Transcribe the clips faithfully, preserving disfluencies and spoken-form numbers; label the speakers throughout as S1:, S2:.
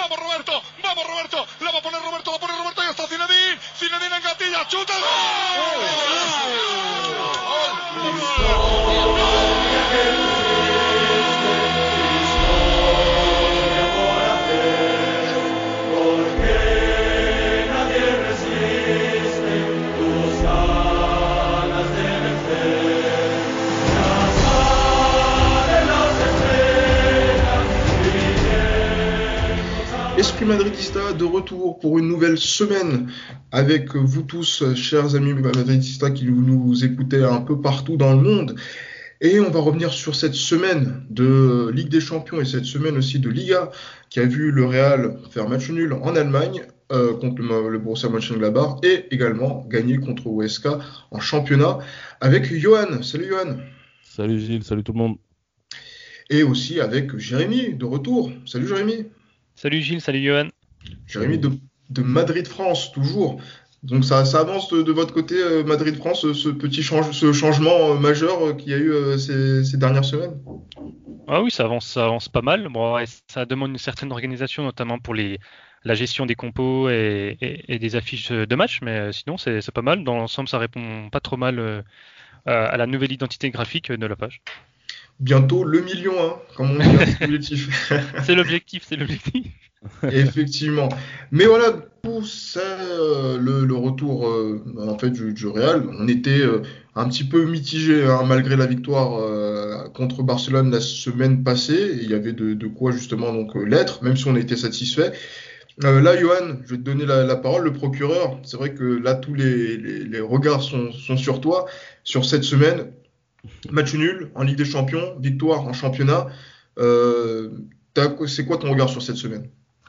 S1: vamos Roberto, vamos Roberto, la va a poner Roberto, la pone Roberto y está Zinedine, Zinedine en gatilla, chuta el
S2: Esprit Madridista de retour pour une nouvelle semaine avec vous tous, chers amis madridistas qui nous écoutez un peu partout dans le monde. Et on va revenir sur cette semaine de Ligue des Champions et cette semaine aussi de Liga qui a vu le Real faire match nul en Allemagne euh, contre le, le Borussia Mönchengladbach et également gagner contre O S K en championnat avec Johan. Salut Johan.
S3: Salut Gilles, salut tout le monde.
S2: Et aussi avec Jérémy de retour. Salut Jérémy.
S4: Salut Gilles, salut Johan.
S2: Jérémy de, de Madrid-France, toujours. Donc ça, ça avance de, de votre côté, euh, Madrid-France, ce, ce petit change, ce changement euh, majeur euh, qu'il y a eu euh, ces, ces dernières semaines.
S4: Ah oui, ça avance, ça avance pas mal. Bon, ouais, ça demande une certaine organisation, notamment pour les, la gestion des compos et, et, et des affiches de match, mais sinon c'est, c'est pas mal. Dans l'ensemble, ça répond pas trop mal euh, à la nouvelle identité graphique de la page.
S2: Bientôt le million, hein, comme on dit, hein, c'est l'objectif.
S4: c'est l'objectif, c'est l'objectif.
S2: Effectivement. Mais voilà, pour ça, euh, le, le retour euh, en fait, du, du Real, on était euh, un petit peu mitigé hein, malgré la victoire euh, contre Barcelone la semaine passée. Il y avait de, de quoi justement donc euh, l'être, même si on était satisfait. Euh, là, Johan, je vais te donner la, la parole, le procureur. C'est vrai que là, tous les, les, les regards sont, sont sur toi, sur cette semaine. Match nul en Ligue des Champions, victoire en championnat. Euh, c'est quoi ton regard sur cette semaine ?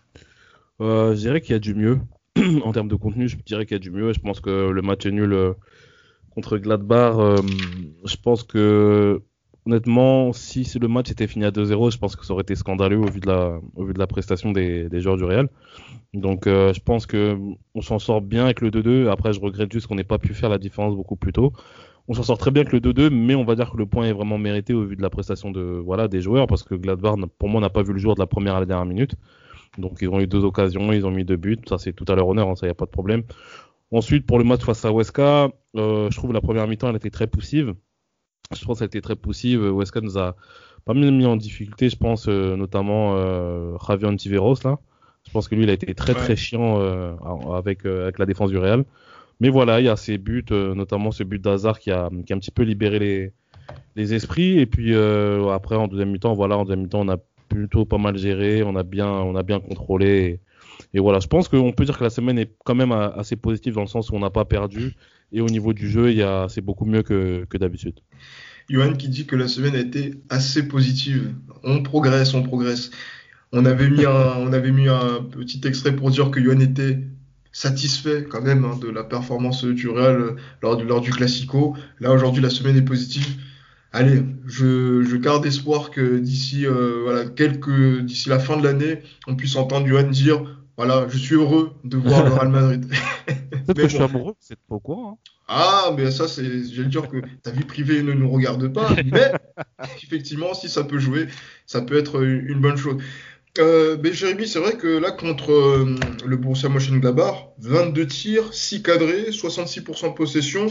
S3: euh, Je dirais qu'il y a du mieux. En termes de contenu, je dirais qu'il y a du mieux. Je pense que le match nul euh, contre Gladbach, euh, je pense que honnêtement, si le match était fini à deux zéro, je pense que ça aurait été scandaleux au vu de la, au vu de la prestation des, des joueurs du Real. Donc euh, je pense qu'on s'en sort bien avec le deux deux. Après, je regrette juste qu'on n'ait pas pu faire la différence beaucoup plus tôt. On s'en sort très bien avec le deux deux, mais on va dire que le point est vraiment mérité au vu de la prestation de, voilà, des joueurs, parce que Gladbach, pour moi, n'a pas vu le jour de la première à la dernière minute. Donc ils ont eu deux occasions, ils ont mis deux buts, ça c'est tout à leur honneur, hein, ça y a pas de problème. Ensuite, pour le match face à O S K, euh, je trouve la première mi-temps, elle était très poussive. Je pense qu'elle était très poussive. O S K nous a pas mal mis en difficulté, je pense, euh, notamment euh, Javier Ontiveros, là. Je pense que lui, il a été très très chiant euh, avec, euh, avec la défense du Real. Mais voilà, il y a ces buts, euh, notamment ce but d'Hazard qui a, qui a un petit peu libéré les, les esprits. Et puis euh, après, en deuxième mi-temps, voilà, en deuxième mi-temps, on a plutôt pas mal géré, on a bien, on a bien contrôlé. Et, et voilà, je pense qu'on peut dire que la semaine est quand même assez positive dans le sens où on n'a pas perdu. Et au niveau du jeu, il y a, c'est beaucoup mieux que, que d'habitude.
S2: Johan qui dit que la semaine a été assez positive. On progresse, on progresse. On avait mis un, on avait mis un petit extrait pour dire que Johan était satisfait quand même hein, de la performance du Real euh, lors du, lors du Classico. Là aujourd'hui la semaine est positive. Allez, je, je garde espoir que d'ici euh, voilà quelques d'ici la fin de l'année, on puisse entendre Johan dire voilà, je suis heureux de voir le Real Madrid.
S3: Peut-être que bon. Je suis amoureux, c'est pas au courant. Hein.
S2: Ah, mais ça c'est, j'allais dire que ta vie privée ne nous regarde pas, mais effectivement si ça peut jouer, ça peut être une, une bonne chose. Euh, mais Jérémy, c'est vrai que là, contre euh, le Borussia Mönchengladbach, vingt-deux tirs, six cadrés, soixante-six pour cent de possession,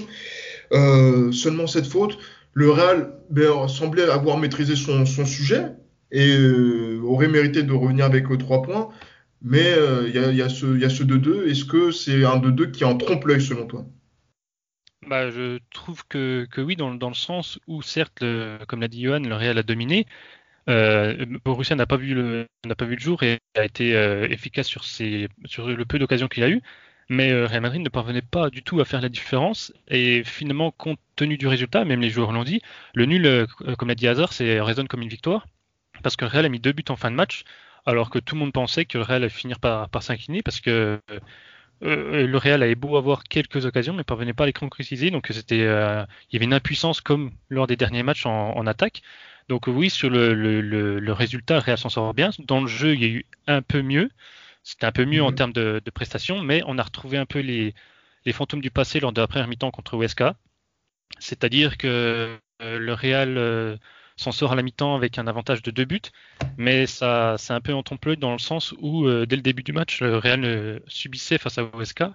S2: euh, seulement sept fautes. Le Real ben, semblait avoir maîtrisé son, son sujet et euh, aurait mérité de revenir avec euh, trois points. Mais il euh, y, a, y, a ce, y a ce deux deux. Est-ce que c'est un deux deux qui est en trompe-l'œil selon toi ?
S4: Bah, je trouve que, que oui, dans, dans le sens où, certes, le, comme l'a dit Johan, le Real a dominé. Euh, Borussia n'a pas vu le n'a pas vu le jour et a été euh, efficace sur ses sur le peu d'occasions qu'il a eu, mais euh, Real Madrid ne parvenait pas du tout à faire la différence et finalement compte tenu du résultat, même les joueurs l'ont dit, le nul euh, comme l'a dit Hazard, c'est résonne comme une victoire parce que le Real a mis deux buts en fin de match alors que tout le monde pensait que le Real allait finir par par s'incliner parce que euh, le Real avait beau avoir quelques occasions mais parvenait pas à les concrétiser, donc c'était euh, il y avait une impuissance comme lors des derniers matchs en, en attaque. Donc oui, sur le, le, le, le résultat, le Real s'en sort bien. Dans le jeu, il y a eu un peu mieux. C'était un peu mieux mmh. en termes de, de prestations, mais on a retrouvé un peu les, les fantômes du passé lors de la première mi-temps contre O S K. C'est-à-dire que euh, le Real euh, s'en sort à la mi-temps avec un avantage de deux buts, mais ça, c'est un peu en trompe-l'œil dans le sens où, euh, dès le début du match, le Real euh, subissait face à O S K.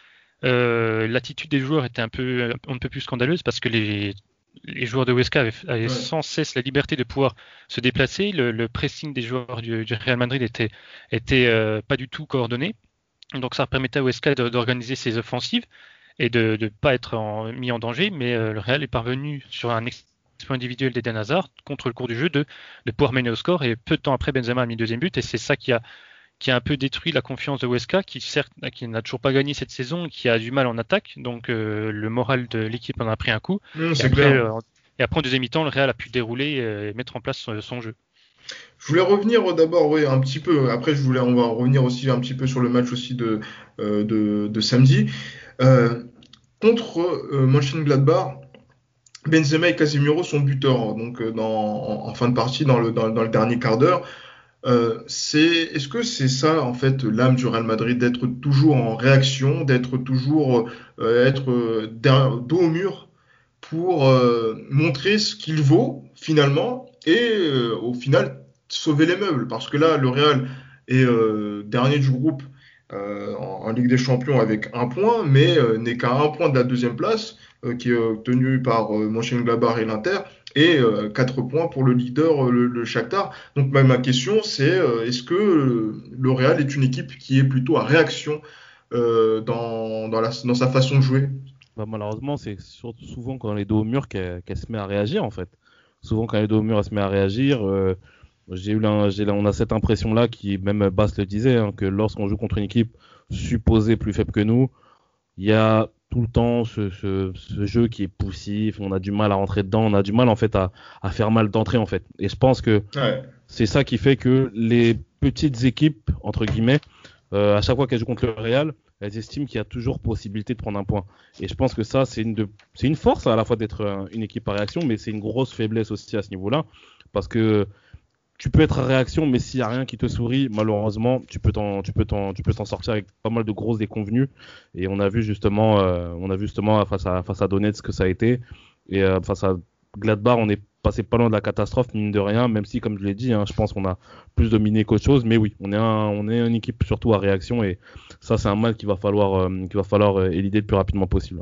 S4: Euh, l'attitude des joueurs était un peu, un peu plus scandaleuse parce que les, les joueurs de O S K avaient, avaient
S2: Ouais.
S4: sans cesse la liberté de pouvoir se déplacer. Le, le pressing des joueurs du, du Real Madrid était, était euh, pas du tout coordonné. Donc ça permettait à O S K de- d'organiser ses offensives et de ne pas être en- mis en danger. Mais euh, le Real est parvenu sur un exploit individuel d'Eden Hazard contre le cours du jeu de, de pouvoir mener au score. Et peu de temps après, Benzema a mis le deuxième but et c'est ça qui a qui a un peu détruit la confiance de O S K, qui certes qui n'a toujours pas gagné cette saison, qui a du mal en attaque, donc euh, le moral de l'équipe en a pris un coup.
S2: Mmh,
S4: Et
S2: c'est
S4: après,
S2: clair.
S4: euh, et après en deuxième mi-temps, le Real a pu dérouler euh, et mettre en place son, son jeu.
S2: Je voulais revenir euh, d'abord, oui, un petit peu. Après, je voulais, on va revenir aussi un petit peu sur le match aussi de, euh, de, de samedi. Euh, contre euh, Mönchengladbach, Benzema et Casemiro sont buteurs donc euh, dans, en, en fin de partie, dans le, dans, dans le dernier quart d'heure. Euh, c'est, est-ce que c'est ça, en fait, l'âme du Real Madrid, d'être toujours en réaction, d'être toujours euh, être euh, derrière- dos au mur pour euh, montrer ce qu'il vaut finalement et euh, au final sauver les meubles? Parce que là, le Real est euh, dernier du groupe euh, en, en Ligue des Champions avec un point, mais euh, n'est qu'à un point de la deuxième place euh, qui est obtenue par euh, Mönchengladbach et l'Inter et euh, quatre points pour le leader, euh, le, le Shakhtar. Donc ma, ma question, c'est euh, est-ce que euh, le Real est une équipe qui est plutôt à réaction euh, dans, dans, la, dans sa façon de jouer?
S3: Bah, malheureusement, c'est surtout souvent quand elle est dos au mur qu'elle qu'elle se met à réagir en fait. Souvent quand elle est dos au mur, elle se met à réagir. Euh, j'ai eu la- j'ai la- on a cette impression-là qui, même Bass le disait, hein, que lorsqu'on joue contre une équipe supposée plus faible que nous, il y a tout le temps ce, ce, ce jeu qui est poussif, on a du mal à rentrer dedans, on a du mal en fait à, à faire mal d'entrée en fait. Et je pense que
S2: Ouais.
S3: c'est ça qui fait que les petites équipes, entre guillemets, euh, à chaque fois qu'elles jouent contre le Real, elles estiment qu'il y a toujours possibilité de prendre un point. Et je pense que ça, c'est une, de... c'est une force à la fois d'être euh, une équipe à réaction, mais c'est une grosse faiblesse aussi à ce niveau-là. Parce que tu peux être à réaction, mais s'il n'y a rien qui te sourit, malheureusement, tu peux t'en, tu peux t'en, tu peux t'en sortir avec pas mal de grosses déconvenues. Et on a vu justement, euh, on a vu justement face à, face à Donetsk ce que ça a été. Et euh, face à Gladbach, on est passé pas loin de la catastrophe, mine de rien, même si, comme je l'ai dit, hein, je pense qu'on a plus dominé qu'autre chose. Mais oui, on est, un, on est une équipe surtout à réaction. Et ça, c'est un mal qu'il va falloir, euh, qu'il va falloir euh, élider le plus rapidement possible.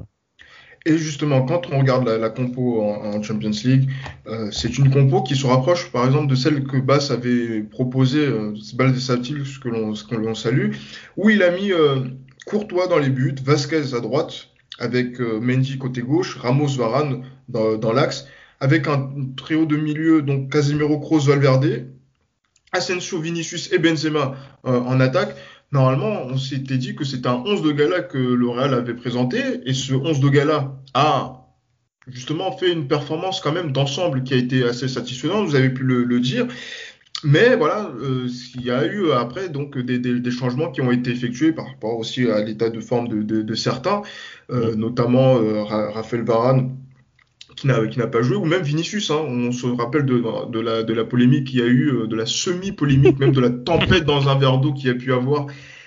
S2: Et justement, quand on regarde la, la compo en, en Champions League, euh, c'est une compo qui se rapproche, par exemple, de celle que Bass avait proposée, euh, Bal Satil, ce que l'on ce que l'on salue, où il a mis euh, Courtois dans les buts, Vasquez à droite, avec euh, Mendy côté gauche, Ramos, Varane dans, dans l'axe, avec un trio de milieu, donc Casemiro, Kroos, Valverde, Asensio, Vinicius et Benzema euh, en attaque. Normalement, on s'était dit que c'était un onze de gala que le Real avait présenté, et ce onze de gala a justement fait une performance quand même d'ensemble qui a été assez satisfaisante, vous avez pu le, le dire. Mais voilà, euh, il y a eu après donc des, des, des changements qui ont été effectués par rapport aussi à l'état de forme de, de, de certains, euh, notamment euh, Raphaël Varane qui n'a qui n'a pas joué, ou même Vinicius. Hein. On se rappelle de, de, la, de la polémique qu'il y a eu, de la semi-polémique, même de la tempête dans un verre d'eau qu'il y a pu avoir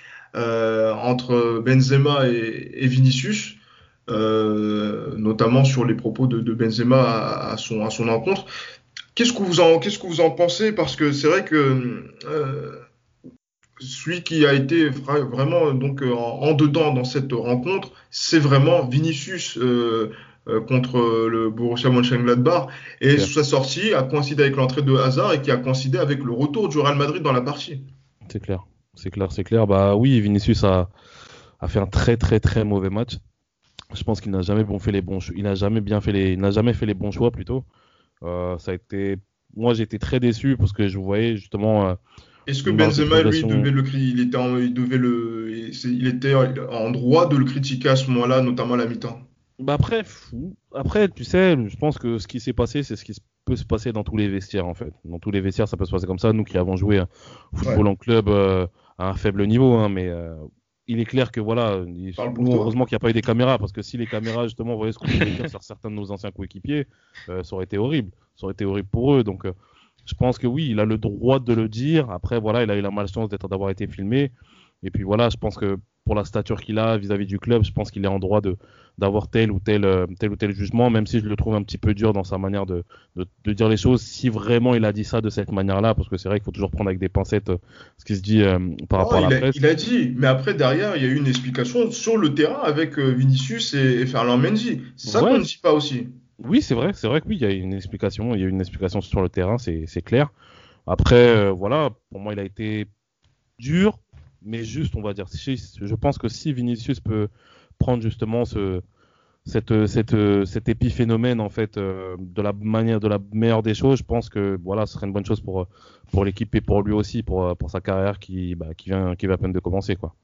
S2: euh, entre Benzema et, et Vinicius, euh, notamment sur les propos de, de Benzema à, à, son, à son encontre. Qu'est-ce que vous en, qu'est-ce que vous en pensez? Parce que c'est vrai que euh, celui qui a été vraiment donc en, en dedans dans cette rencontre, c'est vraiment Vinicius euh, euh, contre le Borussia Mönchengladbach, et
S3: Claire.
S2: sa sortie a coïncidé avec l'entrée de Hazard et qui a coïncidé avec le retour du Real Madrid dans la partie.
S3: C'est clair, c'est clair, c'est clair. Bah oui, Vinicius a, a fait un très très très mauvais match. Je pense qu'il n'a jamais bon fait les bons, cho- il n'a jamais bien fait les, il n'a jamais fait les bons choix plutôt. Euh, ça a été, moi j'ai été très déçu parce que je voyais justement. Euh,
S2: Est-ce que
S3: une marge de
S2: Benzema, lui,
S3: progression.
S2: devait le, cri- il était en, il devait le, il était en droit de le critiquer à ce moment-là, notamment à la mi-temps?
S3: Bah après, fou. Après, tu sais, je pense que ce qui s'est passé, c'est ce qui se- peut se passer dans tous les vestiaires en fait. Dans tous les vestiaires, ça peut se passer comme ça. Nous qui avons joué au football
S2: Ouais.
S3: en club euh, à un faible niveau, hein, mais euh, il est clair que voilà, il-
S2: Parle pour
S3: nous
S2: toi.
S3: heureusement qu'il n'y a pas eu des caméras, parce que si les caméras justement voyaient ce qu'on pouvait dire sur certains de nos anciens coéquipiers, euh, ça aurait été horrible. Ça aurait été horrible pour eux. Donc, euh, je pense que oui, il a le droit de le dire. Après, voilà, il a eu la malchance d'être d'avoir été filmé. Et puis voilà, je pense que pour la stature qu'il a vis-à-vis du club, je pense qu'il est en droit de d'avoir tel ou tel euh, tel ou tel jugement, même si je le trouve un petit peu dur dans sa manière de, de de dire les choses, si vraiment il a dit ça de cette manière-là, parce que c'est vrai qu'il faut toujours prendre avec des pincettes euh, ce qui se dit euh, par
S2: Non,
S3: rapport à
S2: il
S3: la
S2: a,
S3: presse.
S2: il a dit, mais après derrière, il y a eu une explication sur le terrain avec euh, Vinicius et, et Ferland Mendy. C'est ça qu'on
S3: Ouais,
S2: ne dit pas aussi.
S3: oui, c'est vrai, c'est vrai que oui, il y a une explication, il y a une explication sur le terrain, c'est c'est clair. Après, euh, voilà, pour moi, il a été dur, mais juste, on va dire. Si- Je pense que si Vinicius peut prendre justement ce, cette, cette, cet épiphénomène en fait euh, de la manière, de la meilleure des choses, je pense que voilà, ce serait une bonne chose pour pour l'équipe et pour lui aussi, pour pour sa carrière qui bah, qui vient qui va à peine de commencer quoi.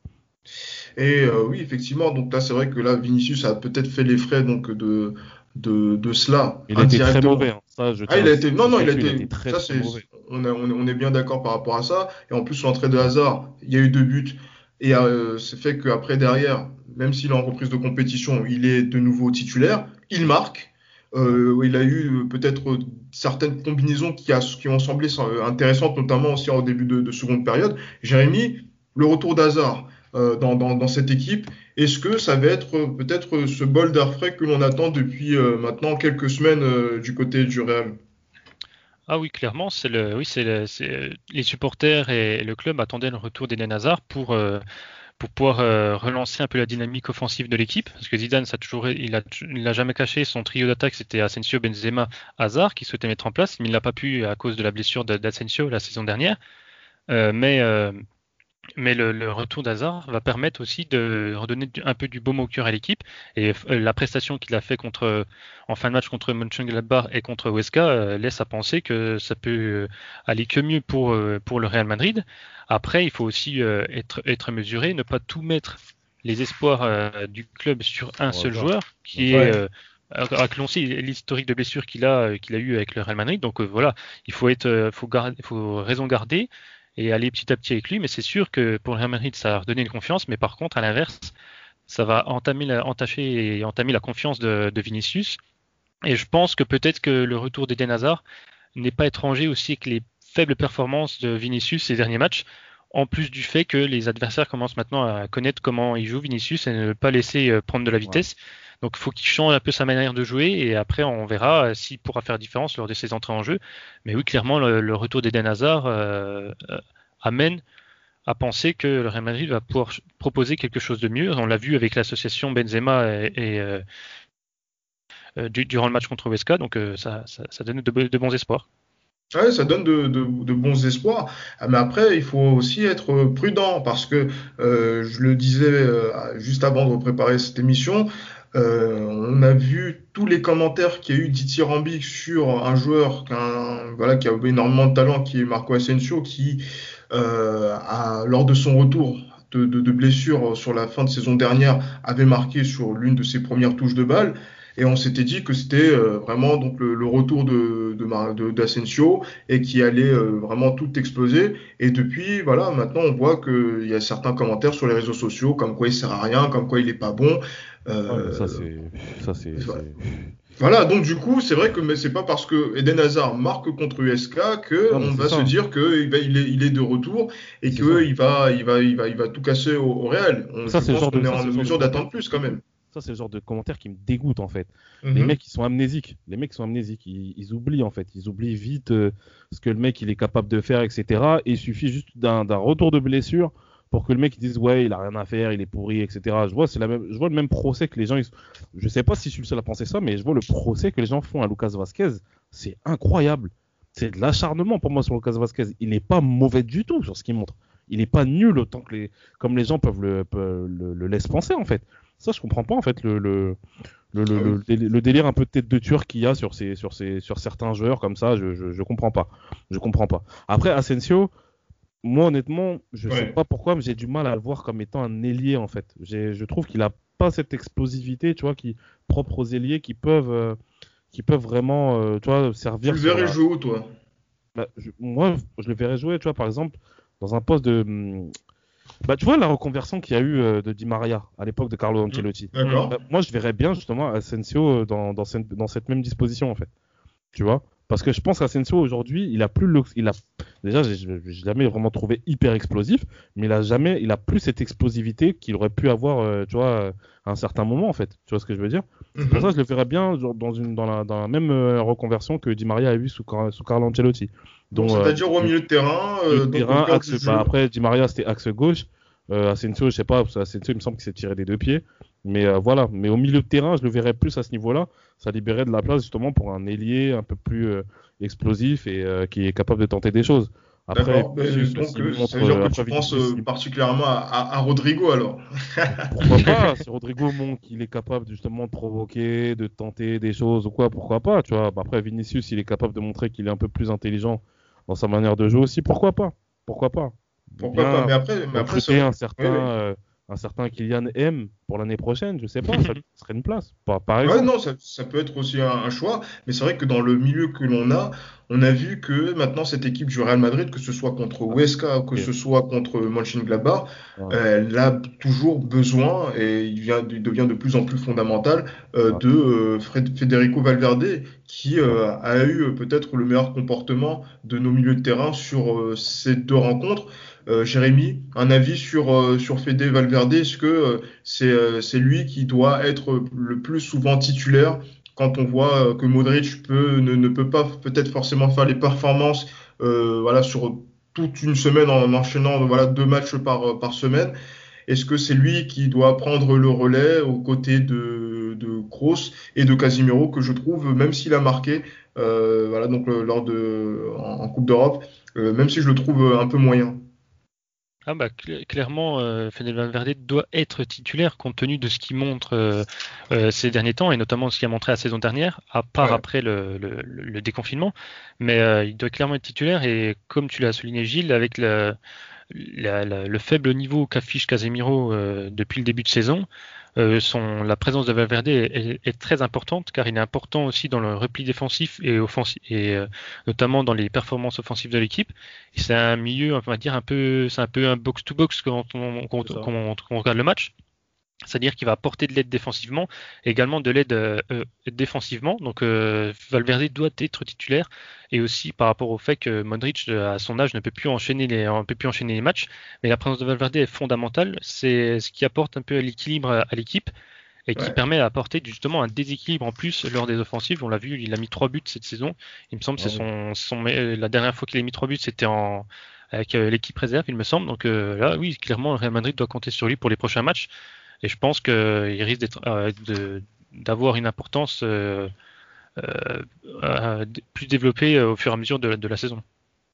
S2: Et euh, oui, effectivement, donc là, c'est vrai que là, Vinicius a peut-être fait les frais donc de, de, de cela
S3: Il a été très
S2: indirectement.
S3: mauvais, hein. Ça, je
S2: Ah,
S3: tiens
S2: il
S3: à
S2: a été, non, non, il a
S3: accentuer, il a
S2: été,
S3: été très
S2: ça
S3: très
S2: c'est,
S3: mauvais.
S2: on est, on est, on est bien d'accord par rapport à ça. Et en plus, l'entrée de Hazard, il y a eu deux buts. Et euh, c'est fait qu'après, derrière, même s'il est en reprise de compétition, il est de nouveau titulaire, il marque.
S3: Ouais.
S2: Euh, il a eu euh, peut-être euh, certaines combinaisons qui, a, qui ont semblé euh, intéressantes, notamment aussi au début de, de seconde période. Jérémy, le retour d'Hazard euh, dans, dans, dans cette équipe, est-ce que ça va être euh, peut-être ce bol d'air frais que l'on attend depuis euh, maintenant quelques semaines euh, du côté du Real?
S4: Ah oui, clairement, c'est le, oui, c'est le- c'est, euh, les supporters et le club attendaient le retour d'Eden Hazard pour, euh, pour pouvoir euh, relancer un peu la dynamique offensive de l'équipe. Parce que Zidane, ça a toujours, il a, il l'a jamais caché. Son trio d'attaque, c'était Asensio, Benzema, Hazard, qui souhaitait mettre en place, mais il l'a pas pu à cause de la blessure de- d'Asensio la saison dernière. Euh, mais euh, mais le, le retour d'Hazard va permettre aussi de redonner du- un peu du baume au cœur à l'équipe. Et euh, la prestation qu'il a fait contre, en fin de match contre Mönchengladbach et contre Huesca euh, laisse à penser que ça peut euh, aller que mieux pour, euh, pour le Real Madrid. Après, il faut aussi euh, être, être mesuré, ne pas tout mettre les espoirs euh, du club sur un
S3: On va
S4: seul
S3: voir.
S4: joueur,
S3: On va
S4: qui
S3: voir.
S4: est
S2: Ouais.
S4: euh, avec l'on sait l'historique de blessures qu'il a, euh, qu'il a eu avec le Real Madrid. Donc euh, voilà, il faut être, euh, faut garder, faut raison garder et aller petit à petit avec lui. Mais c'est sûr que pour le Real Madrid, ça va redonner une confiance. Mais par contre, à l'inverse, ça va entamer la, entacher et entamer la confiance de, de Vinicius. Et je pense que peut-être que le retour d'Eden Hazard n'est pas étranger aussi avec les faibles performances de Vinicius ces derniers matchs. En plus du fait que les adversaires commencent maintenant à connaître comment il joue Vinicius et ne pas laisser euh, prendre de la
S3: Ouais.
S4: vitesse. Donc il faut qu'il change un peu sa manière de jouer et après on verra euh, s'il pourra faire différence lors de ses entrées en jeu. Mais oui, clairement, le, le retour d'Eden Hazard euh, euh, amène à penser que le Real Madrid va pouvoir ch- proposer quelque chose de mieux. On l'a vu avec l'association Benzema et, et, euh, euh, du- durant le match contre Huesca, donc euh, ça, ça, ça donne de, bo- de bons espoirs.
S2: Ouais, ça donne de, de- de bons espoirs. Ah, mais après, il faut aussi être prudent parce que euh, je le disais euh, juste avant de préparer cette émission, euh, on a vu tous les commentaires qu'il y a eu dithyrambiques sur un joueur qu'un- voilà, qui a énormément de talent, qui est Marco Asensio, qui, euh, a- lors de son retour de, de, de blessure sur la fin de saison dernière, avait marqué sur l'une de ses premières touches de balle. Et on s'était dit que c'était euh, vraiment donc le, le retour de, de, Mar- de- d'Asensio et qui allait euh, vraiment tout exploser. Et depuis, voilà, maintenant on voit qu'il y a certains commentaires sur les réseaux sociaux comme quoi il sert à rien, comme quoi il est pas bon.
S3: Ouais, mais ça
S2: Euh,
S3: c'est ça c'est c'est
S2: voilà, donc du coup, c'est vrai que mais c'est pas parce que Eden Hazard marque contre U S K que
S3: non mais
S2: on
S3: c'est
S2: va se
S3: ça,
S2: dire que eh ben, il est, il est de retour et
S3: c'est ça.
S2: que il va, il va, il va, il va tout casser au, au Real. On-
S3: Ça
S2: je
S3: c'est le
S2: pense
S3: genre
S2: qu'on
S3: de
S2: est
S3: ça
S2: en
S3: c'est le genre de
S2: mesure
S3: commentaire
S2: d'attendre
S3: qui me
S2: plus quand même.
S3: dégoûte. Ça c'est le genre de commentaire qui me dégoûte en fait. Les
S2: Mhm.
S3: mecs ils sont amnésiques, les mecs sont amnésiques, ils, ils oublient en fait, ils oublient vite euh, ce que le mec il est capable de faire, et cetera. Et il suffit juste d'un d'un retour de blessure pour que le mec il dise ouais il a rien à faire, il est pourri, et cetera. Je vois c'est la même, je vois le même procès que les gens, ils... je sais pas si je suis le seul à penser ça, mais je vois le procès que les gens font à Lucas Vasquez, c'est incroyable. C'est de l'acharnement pour moi sur Lucas Vasquez. Il est pas mauvais du tout sur ce qu'il montre. Il est pas nul autant que les, comme les gens peuvent le, peuvent le, le laissent penser en fait. Ça je comprends pas en fait le, le le, le,
S2: Ah oui.
S3: le, déli- le délire un peu de tête de turc qu'il y a sur, ces, sur, ces, sur certains joueurs comme ça, je, je, je comprends pas. Je comprends pas. Après, Asensio, moi honnêtement, je sais
S2: Ouais.
S3: pas pourquoi, mais j'ai du mal à le voir comme étant un ailier en fait. J'ai, je trouve qu'il a pas cette explosivité, tu vois, qui propre aux ailiers qui peuvent, euh, qui peuvent vraiment, euh, tu vois,
S2: Tu
S3: servir
S2: le
S3: sur
S2: verrais
S3: la.
S2: jouer où, toi?
S3: Bah, je- moi, je le verrais jouer, tu vois, par exemple, dans un poste de. hum, Bah, tu vois la reconversion qu'il y a eu euh, de Di Maria à l'époque de Carlo
S4: Mm.
S3: Ancelotti.
S2: D'accord.
S3: Bah, moi, je verrais bien justement Asensio euh, dans, dans, cette, dans cette même disposition en fait. Tu vois? Parce que je pense qu'Asensio aujourd'hui, il a plus le, il a déjà, j'ai, j'ai jamais vraiment trouvé hyper explosif, mais il a jamais, il a plus cette explosivité qu'il aurait pu avoir, euh, tu vois, à un certain moment en fait. Tu vois ce que je veux dire?
S2: Mhm.
S3: Pour ça, je le verrais bien genre, dans une, dans la, dans la même euh, reconversion que Di Maria a eu sous, Car- sous Carlo Ancelotti.
S2: Donc,
S3: Donc, euh,
S2: c'est-à-dire au
S3: du-
S2: milieu de terrain,
S3: milieu
S2: euh,
S3: de
S2: donc au
S3: terrain,
S2: cœur
S3: axe,
S2: du jeu.
S3: bah, après Di Maria c'était axe gauche. Euh, Asensio, je sais pas, parce que Asensio, il me semble qu'il s'est tiré des deux pieds. Mais euh, voilà, mais au milieu de terrain, je le verrais plus à ce niveau-là. Ça libérait de la place justement pour un ailier un peu plus euh, explosif et euh, qui est capable de tenter des choses. Après,
S2: D'accord. Mais
S3: Vinicius,
S2: donc,
S3: s'il
S2: euh, ça
S3: montre,
S2: veut dire
S3: euh,
S2: que
S3: après
S2: tu penses
S3: Vinicius,
S2: euh,
S3: il-
S2: particulièrement à, à- à Rodrigo alors.
S3: pourquoi pas, si Rodrigo montre qu'il est capable justement de provoquer, de tenter des choses ou quoi, pourquoi pas, tu vois. Bah, après, Vinicius, il est capable de montrer qu'il est un peu plus intelligent dans sa manière de jouer aussi, pourquoi pas, pourquoi pas. Ou
S2: Pourquoi pas?
S3: bien
S2: Mais après, mais après c'est
S3: recruter
S2: vrai.
S3: un
S2: Oui,
S3: certain,
S2: oui.
S3: euh, un certain Kylian M pour l'année prochaine, je sais pas, ça serait une place, par, par
S2: Ouais,
S3: exemple.
S2: non, ça, ça peut être aussi un, un choix, mais c'est vrai que dans le milieu que l'on a, on a vu que maintenant cette équipe du Real Madrid, que ce soit contre
S3: Ah,
S2: Huesca ou que
S3: ok.
S2: ce soit contre Mönchengladbach,
S3: Ouais,
S2: euh, elle a toujours besoin, et il, vient, il devient de plus en plus fondamental, euh,
S3: ouais,
S2: de euh, Fred- Federico Valverde, qui
S3: ouais.
S2: euh, a eu euh, peut-être le meilleur comportement de nos milieux de terrain sur euh, ces deux rencontres. Euh, Jérémy, un avis sur, euh, sur Fede Valverde, est-ce que euh, c'est euh, c'est lui qui doit être le plus souvent titulaire quand on voit euh, que Modric peut, ne, ne peut pas peut-être forcément faire les performances euh, voilà, sur toute une semaine en enchaînant voilà, deux matchs par, par semaine. Est-ce que c'est lui qui doit prendre le relais aux côtés de, de Kroos et de Casemiro, que je trouve, même s'il a marqué euh, voilà, donc, euh, lors de, en, en Coupe d'Europe, euh, même si je le trouve un peu moyen.
S4: Ah bah cl- clairement, euh, Fede Valverde doit être titulaire compte tenu de ce qu'il montre euh, euh, ces derniers temps et notamment ce qu'il a montré la saison dernière, à part
S2: Ouais,
S4: après le, le- le- le déconfinement. Mais euh, il doit clairement être titulaire et comme tu l'as souligné Gilles, avec le, la- la- le faible niveau qu'affiche Casemiro euh, depuis le début de saison, euh, son, la présence de Valverde est, est- est très importante car il est important aussi dans le repli défensif et, offensif, et euh, notamment dans les performances offensives de l'équipe. Et c'est un milieu, on va dire, un peu, c'est un peu un box-to-box quand on, quand
S3: C'est
S4: on-
S3: ça.
S4: quand on- quand on regarde le match. C'est-à-dire qu'il va apporter de l'aide défensivement, et également de l'aide euh, euh, défensivement. Donc euh, Valverde doit être titulaire, et aussi par rapport au fait que Modric, euh, à son âge, ne peut plus enchaîner les, ne peut plus enchaîner les matchs. Mais la présence de Valverde est fondamentale. C'est ce qui apporte un peu l'équilibre à, à l'équipe et qui
S2: ouais,
S4: permet d'apporter justement un déséquilibre en plus lors des offensives. On l'a vu, il a mis trois buts cette saison. Il me semble que c'est
S3: Ah oui.
S4: son, son, la dernière fois qu'il a mis trois buts, c'était en avec euh, l'équipe réserve, il me semble. Donc euh, là, oui, clairement, le Real Madrid doit compter sur lui pour les prochains matchs. Et je pense qu'il risque d'être, euh, de, d'avoir une importance euh, euh, euh, plus développée euh, au fur et à mesure de, de la saison.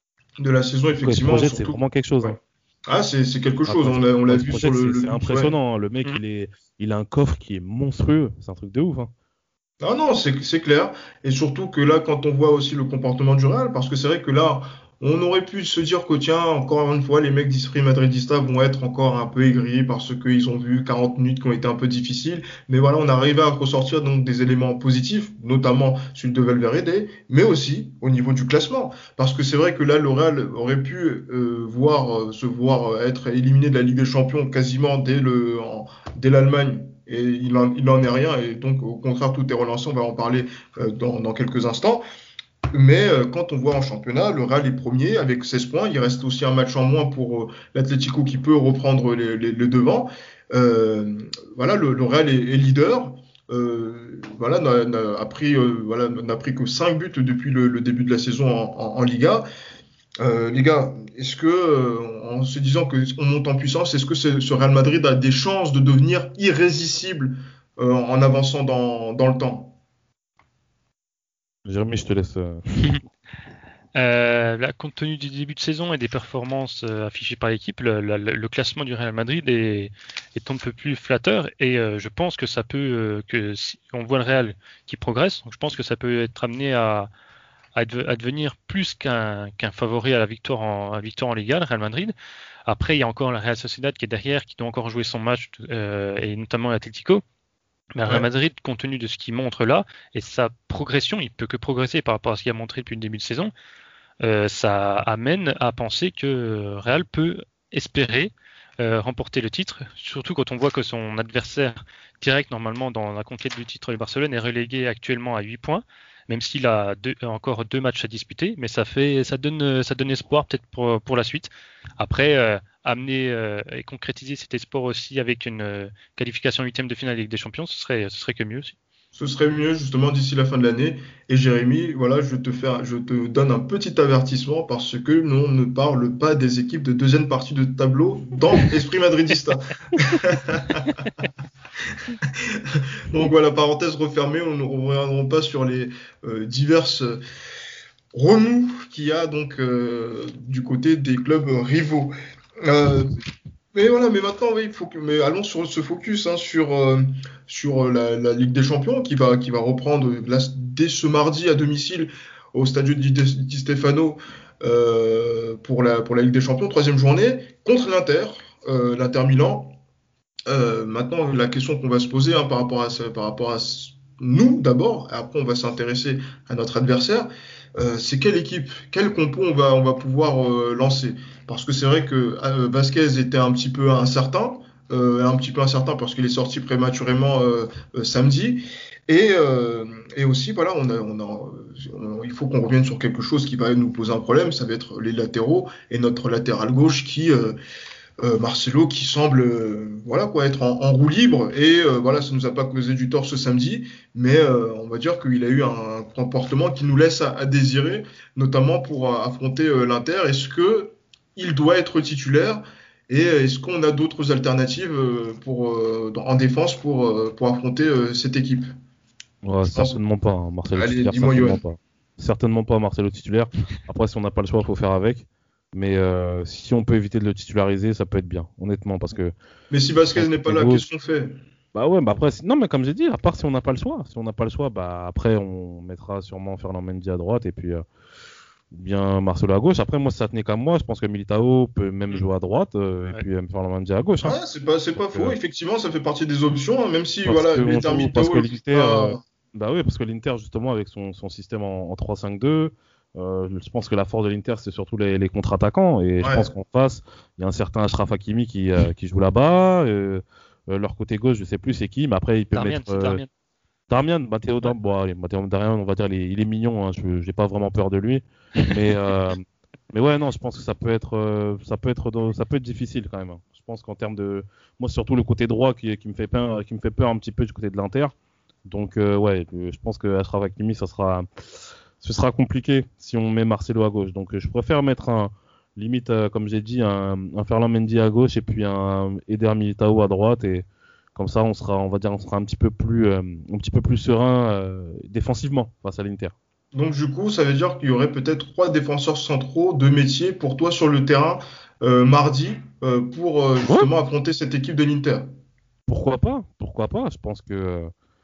S2: de la saison,
S3: Quand il se
S2: effectivement,
S3: projette, c'est
S2: surtout.
S3: vraiment quelque chose,
S2: Ouais.
S3: hein.
S2: Ah, c'est c'est quelque
S3: Ah,
S2: chose,
S3: quand il
S2: on
S3: se,
S2: l'a on
S3: quand
S2: l'a
S3: il se
S2: vu sur
S3: projette,
S2: le,
S3: c'est
S2: le
S3: c'est
S2: but, ouais.
S3: impressionnant, hein. Le mec,
S4: Mhm.
S3: il est, il a un coffre qui est monstrueux. C'est un truc de ouf, hein.
S2: Ah non, c'est c'est clair. Et surtout que là, quand on voit aussi le comportement du Real, parce que c'est vrai que là, on aurait pu se dire que tiens, encore une fois, les mecs d'Esprit Madridista vont être encore un peu aigris parce qu'ils ont vu quarante minutes qui ont été un peu difficiles. Mais voilà, on a arrivé à ressortir donc des éléments positifs, notamment celui de Valverde, mais aussi au niveau du classement. Parce que c'est vrai que là, le Real aurait pu euh, voir, euh, se voir euh, être éliminé de la Ligue des Champions quasiment dès le, en- dès l'Allemagne. Et il en, il en est rien. Et donc, au contraire, tout est relancé. On va en parler euh, dans, dans quelques instants. Mais euh, quand on voit en championnat, le Real est premier avec seize points. Il reste aussi un match en moins pour euh, l'Atlético qui peut reprendre les, les, les devants. Euh, voilà, le, le Real est, est leader. Euh, voilà, n'a, n'a, a pris, euh, voilà, n'a pris que cinq buts depuis le, le début de la saison en, en, en Liga. Euh, les gars, est-ce que, euh, en se disant qu'on monte en puissance, est-ce que c'est- ce Real Madrid a des chances de devenir irrésistible euh, en avançant dans, dans le temps?
S3: Jérémy, je te laisse. euh,
S4: Euh, là, compte tenu du début de saison et des performances euh, affichées par l'équipe, le, le- le classement du Real Madrid est, est un peu plus flatteur et euh, je pense que ça peut, euh, que si on voit le Real qui progresse, donc je pense que ça peut être amené à, à, deve- à devenir plus qu'un qu'un favori à la victoire en, à la victoire en Liga, le Real Madrid. Après, il y a encore la Real Sociedad qui est derrière, qui doit encore jouer son match euh, et notamment l'Atlético. Mais le Real
S2: Ouais,
S4: Madrid, compte tenu de ce qu'il montre là et sa progression, il peut que progresser par rapport à ce qu'il a montré depuis le début de saison. Euh, ça amène à penser que Real peut espérer euh, remporter le titre, surtout quand on voit que son adversaire direct normalement dans la conquête du titre, le Barcelone, est relégué actuellement à huit points, même s'il a deux, encore deux matchs à disputer, mais ça fait, ça donne, ça donne espoir peut-être pour, pour la suite. Après, euh, amener euh, et concrétiser cet espoir aussi avec une euh, qualification huitième de finale Ligue des Champions, ce serait, ce serait que mieux aussi.
S2: Ce serait mieux justement d'ici la fin de l'année. Et Jérémy, voilà, je te fais, je te donne un petit avertissement parce que nous on ne parle pas des équipes de deuxième partie de tableau dans Esprit Madridista. Donc voilà, parenthèse refermée, on ne reviendra pas sur les euh, diverses euh, remous qu'il y a donc euh, du côté des clubs rivaux. Euh, mais voilà, mais maintenant, oui, il faut que, mais allons sur ce focus hein, sur euh, sur la, la Ligue des Champions qui va qui va reprendre là, dès ce mardi à domicile au Stadio di, di Stefano euh, pour la pour la Ligue des Champions, troisième journée contre l'Inter, euh, l'Inter Milan. Euh, maintenant, la question qu'on va se poser hein, par rapport à ça, par rapport à nous d'abord, et après on va s'intéresser à notre adversaire. Euh, c'est quelle équipe, quel compo on va on va pouvoir euh, lancer. Parce que c'est vrai que euh, Vasquez était un petit peu incertain, euh, un petit peu incertain parce qu'il est sorti prématurément euh, euh, samedi. Et, euh, et aussi, voilà, on a, on a, on, il faut qu'on revienne sur quelque chose qui va nous poser un problème. Ça va être les latéraux et notre latéral gauche qui, euh, euh, Marcelo, qui semble, euh, voilà quoi, être en, en roue libre. Et euh, voilà, ça nous a pas causé du tort ce samedi, mais euh, on va dire qu'il a eu un comportement qui nous laisse à, à désirer, notamment pour euh, affronter euh, l'Inter. Est-ce que il doit être titulaire et est-ce qu'on a d'autres alternatives pour, euh, en défense pour, euh, pour affronter euh, cette équipe?
S3: Ouais, certainement pas, hein. Marcelo
S2: Allez,
S3: titulaire,
S2: dis-moi,
S3: certainement
S2: Yoann.
S3: pas. Certainement pas Marcelo titulaire. Après, si on n'a pas le choix, il faut faire avec. Mais euh, si on peut éviter de le titulariser, ça peut être bien, honnêtement, parce que
S2: Mais si Vasquez n'est pas là,
S3: gauche,
S2: qu'est-ce qu'on fait?
S3: bah ouais, bah après, si- non, mais comme j'ai dit, à part si on n'a pas le choix, si on n'a pas le choix, bah après, on mettra sûrement Ferland Mendy à droite et puis euh, bien Marcelo à gauche. Après, moi, si ça tenait qu'à moi, je pense que Militao peut même jouer à droite euh, et
S4: Ouais.
S3: puis euh, Ferland Mendy à gauche. Hein.
S2: Ah, c'est pas, c'est pas
S3: Donc,
S2: faux.
S3: euh,
S2: Effectivement, ça fait partie des options, hein, même si
S3: parce
S2: voilà,
S3: que on
S2: Militao,
S3: joue, parce que
S2: il
S3: l'Inter, euh,
S2: sera-
S3: bah oui, parce que l'Inter justement avec son, son système en, en trois cinq deux, euh, je pense que la force de l'Inter c'est surtout les, les contre-attaquants et je
S2: Ouais.
S3: pense qu'en face il y a un certain Achraf Hakimi qui, euh, qui joue là-bas. Euh, euh, leur côté gauche, je sais plus c'est qui, mais après il peut
S4: Darmian,
S3: mettre
S4: c'est
S3: euh,
S4: Darmian.
S3: Darmian, Matteo
S4: Ouais.
S3: Dar- bon, allez, Matteo Darmian, on va dire, il est, il est mignon, hein, je j'ai pas vraiment peur de lui, mais euh, mais ouais, non, je pense que ça peut être, euh, ça peut être, dans- ça peut être difficile quand même. Hein. Je pense qu'en termes de, moi surtout le côté droit qui, qui me fait peur, qui me fait peur un petit peu du côté de l'Inter. Donc euh, ouais, euh, je pense que Achraf Hakimi, ça sera, ce sera compliqué si on met Marcelo à gauche. Donc euh, je préfère mettre un, limite, euh, comme j'ai dit, un, un Ferland Mendy à gauche et puis un Eder Militao à droite et comme ça, on sera, on va dire, on sera un petit peu plus, euh, un petit peu plus serein euh, défensivement face à l'Inter.
S2: Donc du coup, ça veut dire qu'il y aurait peut-être trois défenseurs centraux de métier pour toi sur le terrain euh, mardi euh, pour euh,
S3: Ouais,
S2: justement affronter cette équipe de l'Inter.
S3: pourquoi pas, pourquoi pas. Je pense que,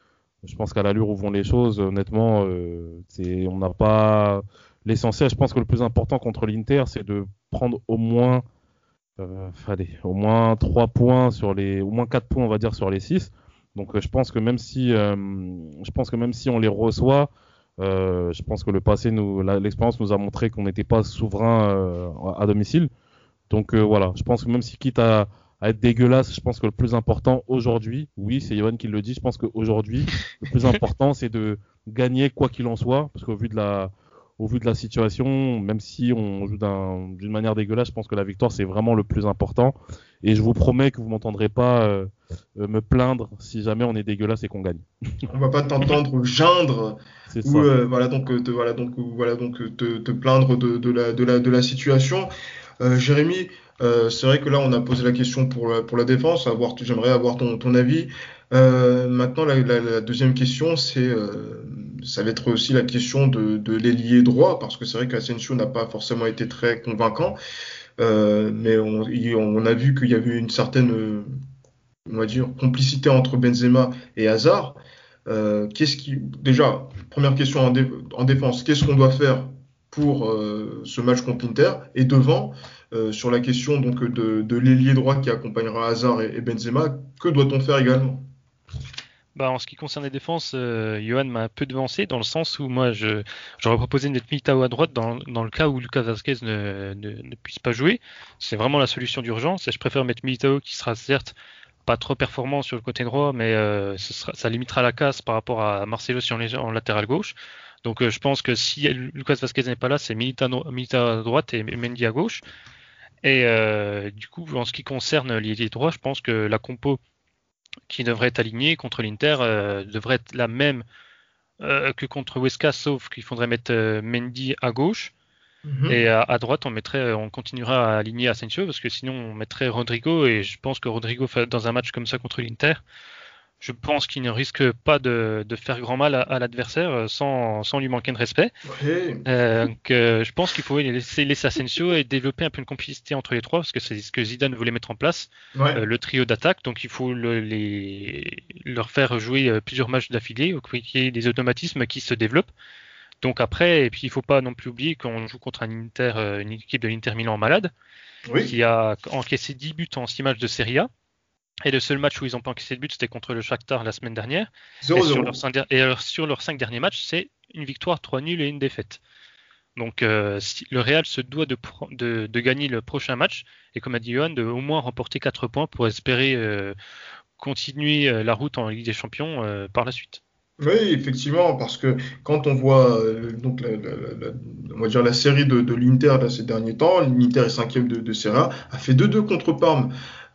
S3: je pense qu'à l'allure où vont les choses, honnêtement, euh, c'est, on n'a pas l'essentiel. Je pense que le plus important contre l'Inter, c'est de prendre au moins, euh, allez, au moins trois points sur les, au moins quatre points, on va dire, sur les six. Donc, euh, je pense que même si, euh, je pense que même si on les reçoit, euh, je pense que le passé, nous, la- l'expérience nous a montré qu'on n'était pas souverain euh, à domicile. Donc euh, voilà, je pense que même si quitte à, à être dégueulasse, je pense que le plus important aujourd'hui, oui, c'est Johan qui le dit, je pense qu'aujourd'hui, le plus important, c'est de gagner quoi qu'il en soit, parce qu'au vu de la, au vu de la situation, même si on joue d'un- d'une manière dégueulasse, je pense que la victoire, c'est vraiment le plus important. Et je vous promets que vous m'entendrez pas euh, euh, me plaindre si jamais on est dégueulasse et qu'on gagne.
S2: On va pas t'entendre geindre
S3: C'est
S2: ou
S3: ça.
S2: euh, voilà donc euh, te, voilà donc ou voilà donc euh, te, te plaindre de, de la de la de la situation. Euh, Jérémy, euh, c'est vrai que là on a posé la question pour la, pour la défense. Avoir, j'aimerais avoir ton, ton avis. Euh, maintenant la, la, la deuxième question c'est euh, ça va être aussi la question de, de l'ailier droit parce que c'est vrai qu'Asensio n'a pas forcément été très convaincant. Euh, mais on, il- on a vu qu'il y avait une certaine euh, on va dire complicité entre Benzema et Hazard. Euh, qu'est-ce qui, déjà, première question en, dé- en défense, qu'est-ce qu'on doit faire pour euh, ce match contre l'Inter? Et devant, euh, sur la question donc de, de l'ailier droit qui accompagnera Hazard et, et Benzema, que doit-on faire également?
S4: Bah, en ce qui concerne les défenses, euh, Johan m'a un peu devancé dans le sens où moi je j'aurais proposé de mettre Militao à droite dans, dans le cas où Lucas Vazquez ne, ne, ne puisse pas jouer. C'est vraiment la solution d'urgence et je préfère mettre Militao qui sera certes pas trop performant sur le côté droit, mais euh, ce sera, ça limitera la casse par rapport à Marcelo sur les, en latéral gauche. Donc euh, je pense que si Lucas Vazquez n'est pas là, c'est Milita, Milita à droite et Mendy à gauche. Et euh, du coup, en ce qui concerne l'ailier droit, je pense que la compo qui devrait être alignée contre l'Inter euh, devrait être la même euh, que contre Huesca, sauf qu'il faudrait mettre euh, Mendy à gauche.
S2: Mhm.
S4: Et à, à droite, on mettrait, on continuera à aligner Asensio parce que sinon on mettrait Rodrigo. Et je pense que Rodrigo, dans un match comme ça contre l'Inter, je pense qu'il ne risque pas de, de faire grand mal à, à l'adversaire sans, sans lui manquer de respect.
S2: Ouais.
S4: Euh, donc, euh, je pense qu'il faut laisser, laisser Asensio et développer un peu une complicité entre les trois parce que c'est ce que Zidane voulait mettre en place,
S2: Ouais.
S4: euh, le trio d'attaque. Donc il faut le, les, leur faire jouer euh, plusieurs matchs d'affilée, qu'il y ait des automatismes qui se développent. Donc après, et puis il faut pas non plus oublier qu'on joue contre un Inter, euh, une équipe de l'Inter Milan malade,
S2: Oui.
S4: qui a encaissé dix buts en six matchs de Serie A. Et le seul match où ils n'ont pas encaissé de but, c'était contre le Shakhtar la semaine dernière.
S2: zéro
S4: Et
S2: zéro.
S4: sur, leurs cinq, et alors, sur leurs cinq derniers matchs, c'est une victoire, trois nuls et une défaite. Donc euh, si, le Real se doit de, de, de gagner le prochain match et comme a dit Johan, de au moins remporter quatre points pour espérer euh, continuer euh, la route en Ligue des Champions euh, par la suite.
S2: Oui, effectivement, parce que quand on voit euh, donc la, la- la- la- on va dire la série de, de l'Inter là, ces derniers temps, l'Inter est cinquième de, de Serie A, a fait deux deux contre Parme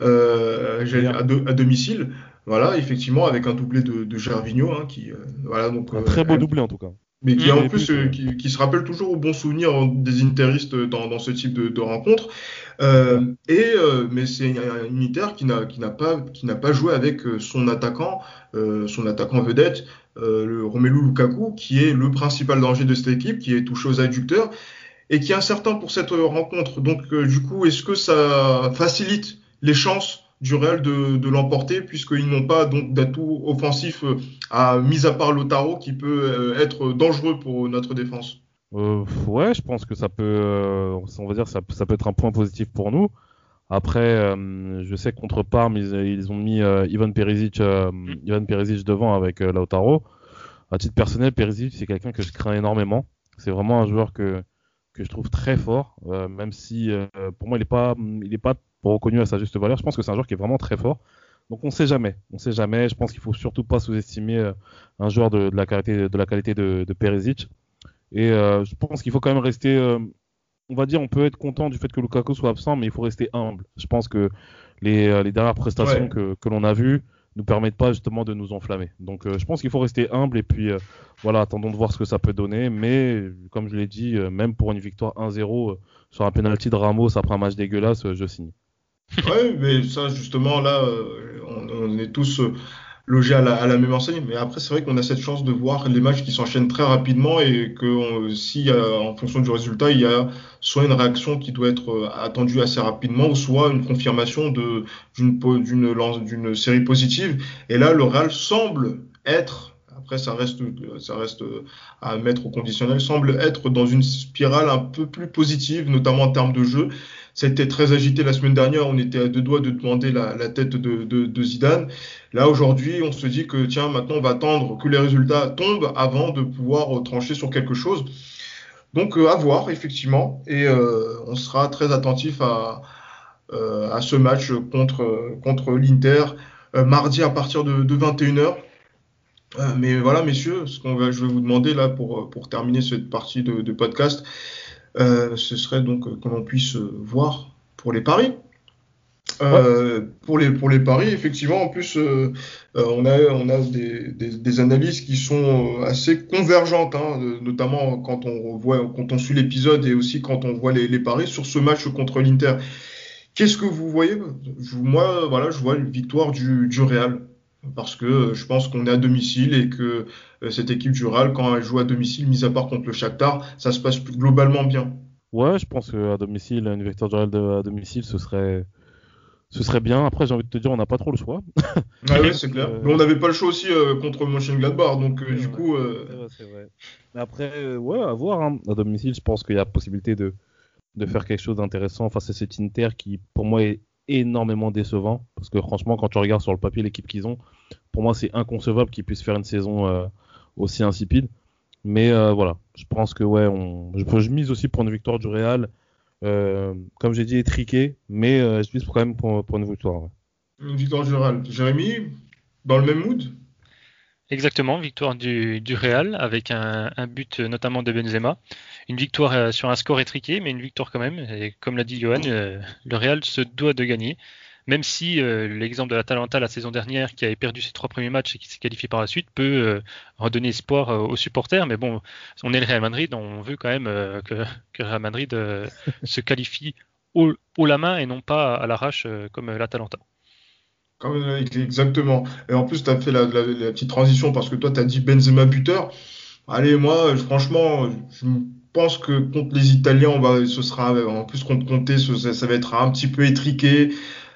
S2: euh, j'ai-
S3: Hier.
S2: à, do- à domicile. Voilà, effectivement, avec un doublé de, de Gervinho, hein, qui euh, voilà donc
S3: Un
S2: euh,
S3: très beau doublé en tout cas.
S2: mais qui
S4: Mmh.
S2: en
S3: Les
S2: plus
S3: buts,
S2: euh,
S3: euh,
S2: qui, qui se rappelle toujours au bon souvenir des interistes dans, dans ce type de, de rencontre.
S3: c'est clair.
S2: Euh, et euh, mais c'est un un Inter qui n'a qui n'a pas qui n'a pas joué avec euh, son attaquant, euh, son attaquant vedette, euh, le Romelu Lukaku, qui est le principal danger de cette équipe, qui est touché aux adducteurs et qui est incertain pour cette rencontre. Donc euh, du coup, est-ce que ça facilite les chances du Real de, de l'emporter puisqu'ils n'ont pas donc d'atout offensif euh, à mis à part Lautaro qui peut euh, être dangereux pour notre défense.
S3: Euh, ouais, je pense que ça peut, euh, on va dire, ça, ça peut être un point positif pour nous. Après, euh, je sais que contre Parme, ils, ils ont mis euh, Ivan Perisic, euh,
S4: Mmh.
S3: Ivan Perisic devant avec euh, Lautaro. À titre personnel, Perisic, c'est quelqu'un que je crains énormément. C'est vraiment un joueur que, que je trouve très fort, euh, même si euh, pour moi, il n'est pas, il est pas reconnu à sa juste valeur. Je pense que c'est un joueur qui est vraiment très fort. Donc on sait jamais, on sait jamais. Je pense qu'il faut surtout pas sous-estimer euh, un joueur de, de la qualité, de la qualité de, de Perisic. Et euh, je pense qu'il faut quand même rester, euh, on va dire, on peut être content du fait que Lukaku soit absent, mais il faut rester humble. Je pense que les, euh, les dernières prestations
S2: Ouais.
S3: que, que l'on a vues nous permettent pas justement de nous enflammer. Donc euh, je pense qu'il faut rester humble et puis euh, voilà, attendons de voir ce que ça peut donner. Mais comme je l'ai dit, euh, même pour une victoire un zéro euh, sur un penalty de Ramos après un match dégueulasse, euh, je signe.
S2: Ouais, mais ça justement là, euh, on, on est tous euh, logés à la, à la même enseigne. Mais après, c'est vrai qu'on a cette chance de voir les matchs qui s'enchaînent très rapidement et que on- si euh, en fonction du résultat, il y a soit une réaction qui doit être euh, attendue assez rapidement, ou soit une confirmation de d'une po- d'une lance- d'une série positive. Et là, le Real semble être, après ça reste ça reste euh, à mettre au conditionnel, semble être dans une spirale un peu plus positive, notamment en termes de jeu. Ça a été très agité la semaine dernière, on était à deux doigts de demander la, la tête de, de, de Zidane. Là, aujourd'hui, on se dit que, tiens, maintenant, on va attendre que les résultats tombent avant de pouvoir euh, trancher sur quelque chose. Donc, euh, à voir, effectivement. Et euh, on sera très attentif à, euh, à ce match contre, contre l'Inter, euh, mardi à partir de, de vingt et une heures. Euh, mais voilà, messieurs, ce qu'on va, je vais vous demander là pour, pour terminer cette partie de, de podcast, euh, ce serait donc euh, que l'on puisse euh, voir pour les paris.
S3: Ouais.
S2: Euh, pour les pour les paris, effectivement, en plus, euh, euh, on a on a des, des, des analyses qui sont euh, assez convergentes, hein, euh, notamment quand on voit quand on suit l'épisode et aussi quand on voit les, les paris sur ce match contre l'Inter. Qu'est-ce que vous voyez? Je- Moi, voilà, je vois une victoire du, du Real parce que euh, je pense qu'on est à domicile et que euh, cette équipe du Real, quand elle joue à domicile, mis à part contre le Shakhtar, ça se passe globalement bien.
S3: Ouais, je pense qu'à domicile, une victoire du Real de- à domicile, ce serait, ce serait bien. Après, j'ai envie de te dire, on n'a pas trop le choix.
S2: Ah oui, c'est clair. Mais
S3: Euh,
S2: on n'avait pas le choix aussi euh, contre Mönchengladbach, donc euh,
S3: c'est
S2: du
S3: vrai,
S2: coup, euh,
S3: c'est vrai, c'est vrai. Mais après, euh, ouais, à voir. Hein. À domicile, je pense qu'il y a possibilité de, de faire quelque chose d'intéressant face à cet Inter qui, pour moi, est énormément décevant. Parce que franchement, quand tu regardes sur le papier l'équipe qu'ils ont, pour moi, c'est inconcevable qu'ils puissent faire une saison euh, aussi insipide. Mais euh, voilà, je pense que ouais, on... je, je mise aussi pour une victoire du Real. Euh, comme j'ai dit, étriqué, mais euh, je mise quand même pour, pour une victoire. Ouais.
S2: une victoire du Real. Jérémy, dans le même mood?
S4: Exactement, victoire du, du Real avec un, un but notamment de Benzema. Une victoire euh, sur un score étriqué, mais une victoire quand même. Et comme l'a dit Johan, euh, le Real se doit de gagner. Même si euh, l'exemple de l'Atalanta la saison dernière, qui avait perdu ses trois premiers matchs et qui s'est qualifié par la suite, peut euh, redonner espoir euh, aux supporters. Mais bon, on est le Real Madrid, on veut quand même euh, que, que Real Madrid euh, se qualifie haut, haut la main et non pas à l'arrache euh, comme l'Atalanta.
S2: Quand même, exactement. Et en plus, tu as fait la, la- la petite transition parce que toi, tu as dit Benzema buteur. Allez, moi, je- franchement, je pense que contre les Italiens, on va, ce sera, en plus contre Conte, ce- ça, ça va être un petit peu étriqué.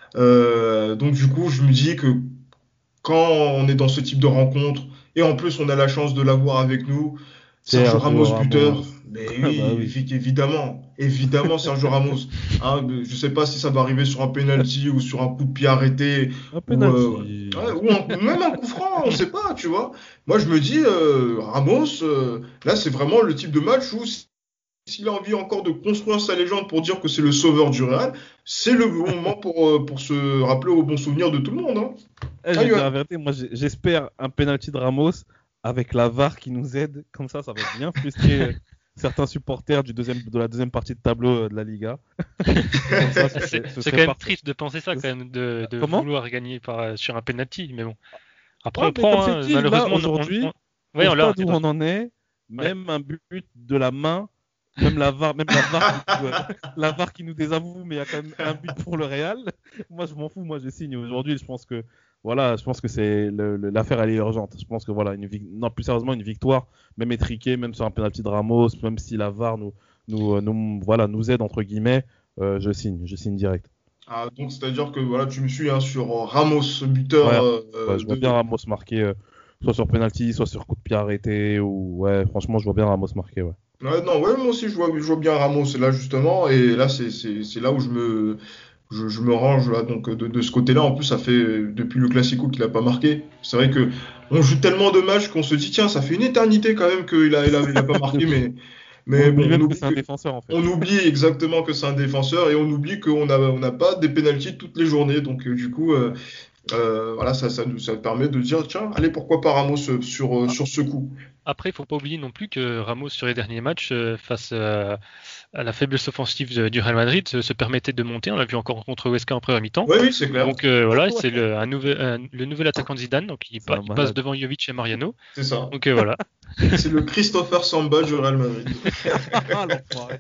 S2: Euh, donc, du coup, je me dis que quand on est dans ce type de rencontre, et en plus, on a la chance de l'avoir avec nous, Sergio
S3: Sergio
S2: Ramos buteur.
S3: Ramos.
S2: Mais
S3: Ah bah
S2: oui,
S3: oui.
S2: évi- évidemment, évidemment, Sergio Ramos. Hein, je sais pas si ça va arriver sur un penalty ou sur un coup de pied arrêté
S3: Un
S2: ou, euh, ouais,
S3: penalty.
S2: ou un- même un coup franc, on sait pas, tu vois. Moi, je me dis, euh, Ramos, euh, là, c'est vraiment le type de match où s- s'il a envie encore de construire sa légende pour dire que c'est le sauveur du Real, c'est le bon moment pour, euh, pour se rappeler au bon souvenir de tout le monde. Hein.
S3: Eh, je
S2: Ah,
S3: vais te
S2: Yoann.
S3: dire la vérité, moi j'ai- j'espère un penalty de Ramos avec la V A R qui nous aide. Comme ça, ça va bien frustrer euh, certains supporters du deuxième, de la deuxième partie de tableau euh, de la Liga. Comme ça, ce
S4: C'est
S3: serait, ce
S4: c'est
S3: serait
S4: quand même
S3: parfait.
S4: triste de penser ça, quand même, de, de
S3: Comment?
S4: vouloir gagner par, sur un penalty. Mais bon, après
S3: Ouais,
S4: on
S3: mais comme
S4: prend,
S3: je t'ai
S4: hein,
S3: dit, là,
S4: malheureusement, on, on,
S3: aujourd'hui,
S4: ouais,
S3: au
S4: on l'a.
S3: stade où on en est,
S4: Ouais.
S3: même un but de la main, même la V A R, même la V A R qui nous, euh, la V A R qui nous désavoue, mais il y a quand même un but pour le Real. Moi, je m'en fous, moi, je signe aujourd'hui. Je pense que, voilà, je pense que c'est le- le- l'affaire, elle est urgente. Je pense que, voilà, une vic- non, plus sérieusement, une victoire, même étriquée, même sur un penalty de Ramos, même si la V A R nous, nous, euh, nous, voilà, nous aide, entre guillemets, euh, je signe, je signe direct.
S2: Ah, donc, c'est-à-dire que voilà, tu me suis hein, sur euh, Ramos, buteur
S3: Ouais,
S2: euh,
S3: ouais,
S2: euh,
S3: je vois bien
S2: de.
S3: Ramos marquer, euh, soit sur penalty, soit sur coup de pied arrêté, ou, ouais, franchement, je vois bien Ramos marquer, ouais.
S2: Ouais, non, ouais, moi aussi, je vois, je vois bien Ramos, là, justement, et là, c'est c'est- c'est là où je me, je, je me range, là, donc, de, de ce côté-là. En plus, ça fait euh, depuis le Classico qu'il a pas marqué. C'est vrai que on joue tellement de matchs qu'on se dit, tiens, ça fait une éternité quand même qu'il a, il a, il a pas marqué, mais,
S3: On
S2: mais bon,
S3: oublie
S2: on
S3: même que
S2: oublie
S3: c'est un
S2: que.
S3: défenseur, en fait.
S2: On oublie exactement que c'est un défenseur et on oublie qu'on a, on n'a pas des pénaltys toutes les journées. Donc, euh, du coup, euh, euh, voilà, ça, ça nous ça permet de dire, tiens, allez, pourquoi pas Ramos euh, sur, euh,
S4: A-
S2: sur ce coup.
S4: Après, il faut pas oublier non plus que Ramos, sur les derniers matchs, euh, face euh, à la faiblesse offensive de- du Real Madrid, se, se permettait de monter. On l'a vu encore contre Huesca en première mi-temps.
S2: Oui, oui, c'est clair.
S4: Donc euh, voilà,
S3: Ouais,
S4: c'est le, un nouvel, un- le nouvel attaquant de Zidane. Donc il,
S3: c'est
S4: pa-
S3: un
S4: il passe
S3: malade.
S4: devant Jovic et Mariano.
S2: C'est ça.
S4: Donc euh, voilà.
S2: C'est le Christopher Samba du Real Madrid.
S3: Ah, l'enfoiré.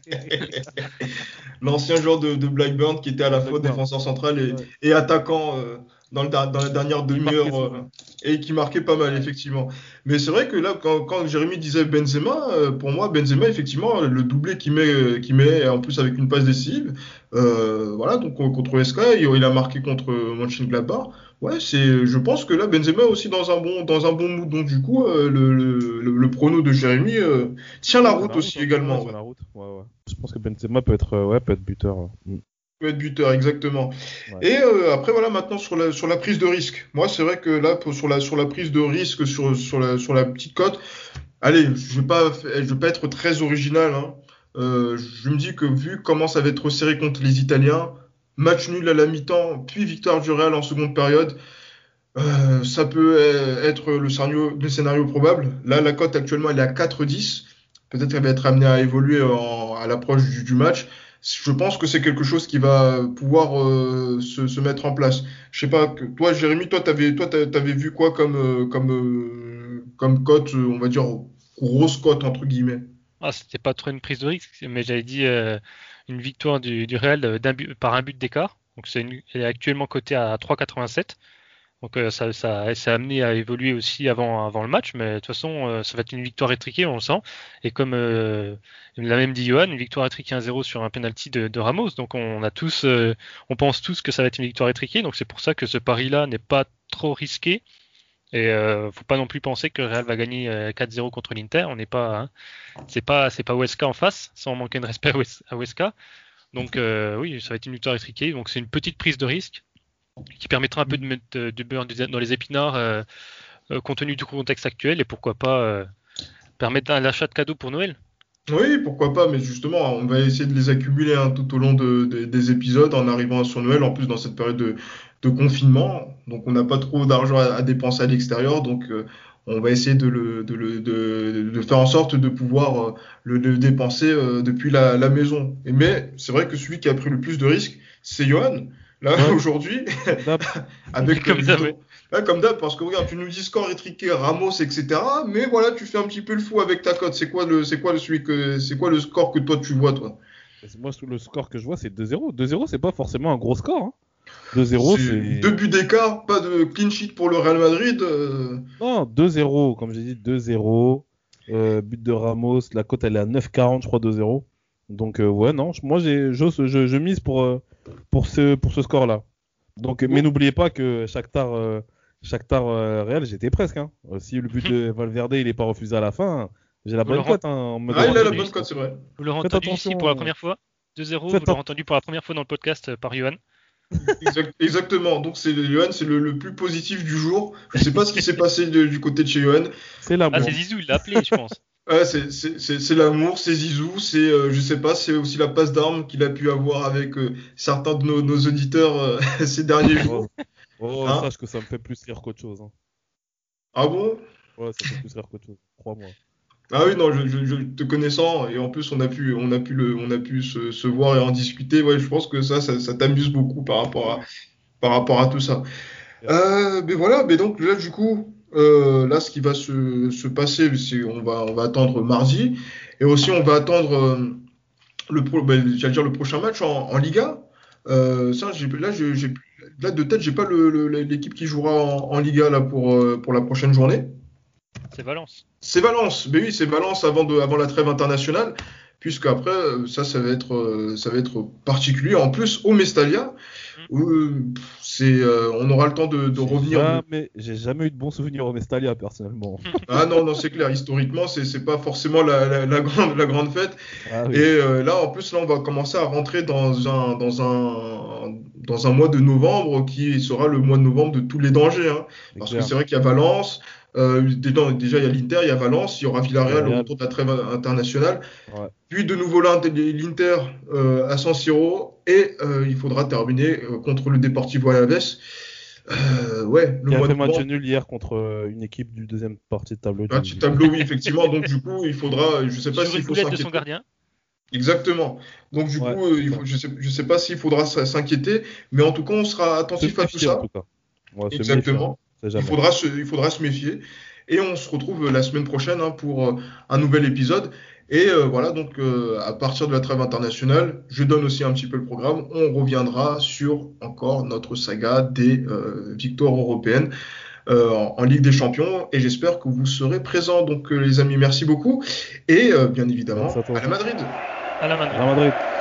S2: L'ancien joueur de, de Blackburn qui était à la fois
S3: Blackburn.
S2: défenseur central et,
S3: Ouais.
S2: et attaquant euh, dans, le, dans la dernière
S3: Il marquait
S2: demi-heure euh,
S3: souvent.
S2: et qui marquait pas mal,
S4: Ouais.
S2: effectivement. Mais c'est vrai que là, quand, quand Jérémy disait Benzema, euh, pour moi, Benzema, effectivement, le doublé qu'il met, qu'il met en plus avec une passe décisive, euh, voilà, donc euh, contre S K, il, il a marqué contre Mönchengladbach. Ouais, c'est, je pense que là, Benzema est aussi dans un bon, dans un bon mood. Donc, du coup, euh, le, le, le, le prono de Jérémy euh, tient la
S3: Ouais, tient
S2: route
S3: la route,
S2: aussi
S3: hein. Ouais,
S2: également.
S3: tient
S2: Ouais.
S3: la route. Ouais, ouais. Je pense que Benzema peut être, euh, ouais, peut être buteur. Ouais. Mm.
S2: Peut être buteur, exactement.
S3: Ouais.
S2: Et euh, après, voilà, maintenant sur la, sur la prise de risque. Moi, c'est vrai que là, pour- sur la, sur la prise de risque, sur, sur la, sur la petite cote, allez, je vais pas, fa- je vais pas être très original, hein. Euh, je me dis que vu comment ça va être serré contre les Italiens, match nul à la mi-temps, puis victoire du Real en seconde période, euh, ça peut euh, être le scénario, le scénario probable. Là, la cote actuellement, elle est à quatre dix. Peut-être qu'elle va être amenée à évoluer en- à l'approche du, du match. Je pense que c'est quelque chose qui va pouvoir euh, se, se mettre en place. Je sais pas, que, toi, Jérémy, toi, t'avais, toi, t'a- t'avais vu quoi comme, euh, comme, euh, comme cote, euh, on va dire, grosse cote, entre guillemets.
S4: Ah, c'était pas trop une prise de risque, mais j'avais dit euh, une victoire du, du Real euh, d'un but, par un but d'écart. Donc c'est une- elle est actuellement cotée à trois virgule quatre-vingt-sept. Donc euh, ça, ça s'est amené à évoluer aussi avant, avant le match, mais de toute façon, euh, ça va être une victoire étriquée, on le sent. Et comme euh, l'a même dit Johan, une victoire étriquée un zéro sur un penalty de, de Ramos. Donc on a tous, euh, on pense tous que ça va être une victoire étriquée. Donc c'est pour ça que ce pari-là n'est pas trop risqué. Et euh, faut pas non plus penser que le Real va gagner euh, quatre zéro contre l'Inter. On n'est pas, hein, c'est pas, c'est pas Huesca en face, sans manquer de respect à Hues- à Huesca. Donc euh, oui, ça va être une victoire étriquée. Donc c'est une petite prise de risque qui permettra un peu de mettre euh, du beurre du- dans les épinards euh, euh, compte tenu du contexte actuel et pourquoi pas euh, permettre un achat de cadeaux pour Noël.
S2: Oui, pourquoi pas, mais justement, on va essayer de les accumuler hein, tout au long de- de- des épisodes en arrivant sur Noël, en plus dans cette période de, de confinement. Donc, on n'a pas trop d'argent à, à dépenser à l'extérieur, donc euh, on va essayer de, le, de, le, de, de faire en sorte de pouvoir euh, le, le dépenser euh, depuis la, la maison. Et mais c'est vrai que celui qui a pris le plus de risques, c'est Johan. Là,
S3: Ouais.
S2: aujourd'hui,
S3: Comme d'hab.
S2: avec
S4: Comme
S2: le
S4: d'hab,
S2: Victor-
S4: ouais.
S2: Ouais, comme d'hab, parce que regarde, tu nous dis score étriqué, Ramos, et cetera. Mais voilà, tu fais un petit peu le fou avec ta cote. C'est quoi le, c'est quoi le, celui que, c'est quoi le score que toi tu vois, toi?
S3: Moi, le score que je vois, c'est deux zéro. deux zéro, c'est pas forcément un gros score. Hein. deux zéro,
S2: C'est
S3: c'est.
S2: deux buts d'écart, pas de clean sheet pour le Real Madrid. euh,
S3: Non, deux zéro, comme j'ai dit, deux zéro. Euh, but de Ramos, la cote elle est à neuf quarante, je crois, deux zéro. Donc, euh, ouais, non, je- moi j'ai, je, je, je mise pour, euh, pour ce, pour ce score-là. Donc, mais n'oubliez pas que Shakhtar, euh, Shakhtar euh, Real, j'étais presque. Hein. Euh, si le but de Valverde il est pas refusé à la fin, j'ai la
S4: Vous
S3: bonne
S4: le
S3: cote. Hein, en mode
S2: Ah, il a la
S4: entendu,
S2: bonne cote, c'est vrai.
S4: Vous l'aurez
S3: Faites
S4: entendu
S3: attention.
S4: ici pour la première fois. deux zéro,
S3: Faites
S4: vous l'aurez
S3: att-
S4: entendu pour la première fois dans le podcast euh, par Johan.
S2: Exact- exactement. Donc, c'est Johan, c'est le, le plus positif du jour. Je sais pas ce qui s'est passé de- du côté de chez Johan.
S3: C'est
S4: Ah,
S3: l'amour.
S4: c'est Zizou, il l'a appelé, je pense.
S2: Ouais, c'est, c'est, c'est, c'est l'amour, c'est Zizou, c'est, euh, je sais pas, c'est aussi la passe d'armes qu'il a pu avoir avec euh, certains de nos, nos auditeurs euh, ces derniers jours.
S3: Oh, oh,
S2: Hein
S3: sache que ça me fait plus rire qu'autre chose. Hein.
S2: Ah bon?
S3: Ouais, ça fait plus rire qu'autre chose. Crois-moi.
S2: Ah oui, non, je, je, je te connaissant, et en plus on a pu, on a pu le, on a pu se, se voir et en discuter. Ouais, je pense que ça, ça, ça t'amuse beaucoup par rapport à, par rapport à tout ça. Euh, mais voilà, mais donc là du coup, euh, là ce qui va se, se passer, c'est on va, on va attendre mardi, et aussi on va attendre euh, le, pro, ben, j'allais dire le prochain match en, en Liga. Euh, ça, j'ai, là, j'ai, j'ai- là de tête, j'ai pas le, le- l'équipe qui jouera en, en Liga là pour, euh, pour la prochaine journée.
S4: C'est Valence.
S2: C'est Valence, mais oui, c'est Valence avant, de, avant la trêve internationale, puisque après, euh, ça, ça va être, euh, ça va être particulier. En plus, au Mestalla, où, euh, c'est, euh, on aura le temps de, de
S3: J'ai
S2: revenir. de-
S3: jamais, j'ai jamais eu de bons souvenirs au Mestalia, personnellement.
S2: Ah non, non, c'est clair, historiquement, c'est, c'est pas forcément la, la, la grande, la grande fête.
S3: Ah
S2: Et
S3: oui.
S2: euh, là, en plus, là, on va commencer à rentrer dans un, dans un, dans un mois de novembre qui sera le mois de novembre de tous les dangers, hein.
S3: C'est
S2: Parce que
S3: clair.
S2: c'est vrai qu'il y a Valence, euh, déjà, déjà, il y a l'Inter, il y a Valence, il y aura Villarreal au
S3: Villarreal.
S2: retour de la trêve internationale.
S3: Ouais.
S2: Puis de nouveau l'Inter l'Inter, euh, à San Siro. Et euh, il faudra terminer euh, contre le Deportivo Alavés. Euh, ouais, le
S3: Qui a
S2: mois de
S3: fait match
S2: novembre.
S3: nul hier contre euh, une équipe du deuxième partie de tableau.
S2: Un
S3: Du,
S2: petit
S3: du
S2: tableau, oui, effectivement. Donc, du coup, il faudra, je sais pas
S4: Sur
S2: s'il
S4: une
S2: faut
S4: boulette de son
S2: s'inquiéter.
S4: gardien.
S2: Exactement. Donc du
S3: Ouais,
S2: coup, euh,
S3: c'est
S2: il
S3: ça.
S2: faut, je sais, je sais pas s'il faudra s- s'inquiéter, mais en tout cas, on sera
S3: Se
S2: attentif à tout
S3: méfier en
S2: ça.
S3: tout cas. Ouais, se méfier.
S2: Exactement.
S3: C'est
S2: Il
S3: jamais.
S2: faudra se, il faudra se méfier. Et on se retrouve euh, la semaine prochaine hein, pour euh, un nouvel épisode. Et euh, voilà, donc euh, à partir de la trêve internationale, je donne aussi un petit peu le programme. On reviendra sur encore notre saga des euh, victoires européennes euh, en, en Ligue des Champions. Et j'espère que vous serez présents. Donc euh, les amis, merci beaucoup. Et euh, bien
S3: Merci
S2: évidemment,
S3: à toi.
S2: à la Madrid.
S4: À la Madrid.
S3: Real Madrid.